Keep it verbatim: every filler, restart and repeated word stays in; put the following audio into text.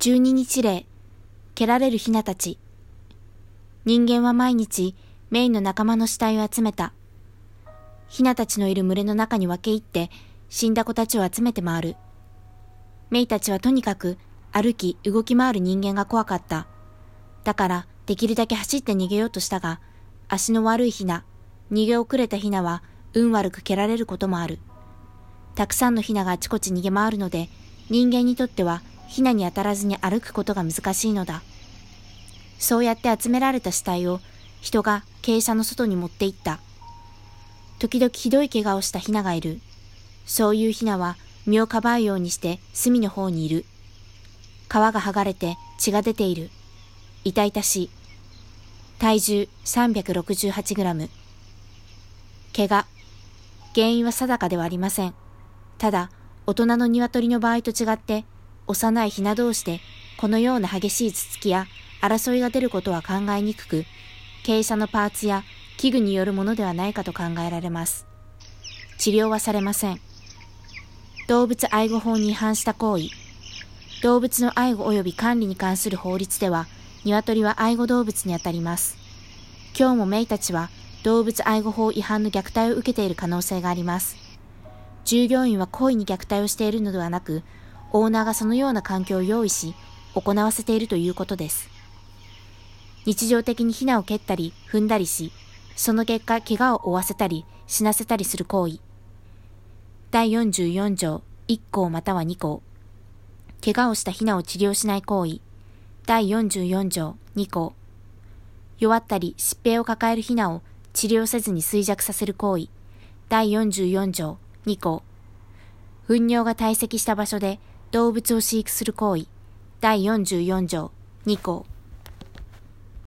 じゅうににち例、蹴られるヒナたち。人間は毎日、メイの仲間の死体を集めた。ヒナたちのいる群れの中に分け入って、死んだ子たちを集めて回る。メイたちはとにかく、歩き、動き回る人間が怖かった。だから、できるだけ走って逃げようとしたが、足の悪いヒナ、逃げ遅れたヒナは、運悪く蹴られることもある。たくさんのヒナがあちこち逃げ回るので、人間にとっては、ヒナに当たらずに歩くことが難しいのだ。そうやって集められた死体を、人が傾斜の外に持って行った。時々ひどい怪我をしたヒナがいる。そういうヒナは、身をかばうようにして隅の方にいる。皮が剥がれて血が出ている。痛々しい。体重 さんびゃくろくじゅうはちグラム。怪我。原因は定かではありません。ただ、大人の鶏の場合と違って、幼いヒナ同士でこのような激しいつつきや争いが出ることは考えにくく、傾斜のパーツや器具によるものではないかと考えられます。治療はされません。動物愛護法に違反した行為。動物の愛護及び管理に関する法律では、鶏は愛護動物にあたります。今日もメイたちは動物愛護法違反の虐待を受けている可能性があります。従業員は故意に虐待をしているのではなく、オーナーがそのような環境を用意し、行わせているということです。日常的にヒナを蹴ったり踏んだりし、その結果怪我を負わせたり死なせたりする行為。だいよんじゅうよん条いっ項またはに項。怪我をしたヒナを治療しない行為。だいよんじゅうよん条に項。弱ったり疾病を抱えるヒナを治療せずに衰弱させる行為。だいよんじゅうよん条に項。糞尿が堆積した場所で動物を飼育する行為。だいよんじゅうよん条に項。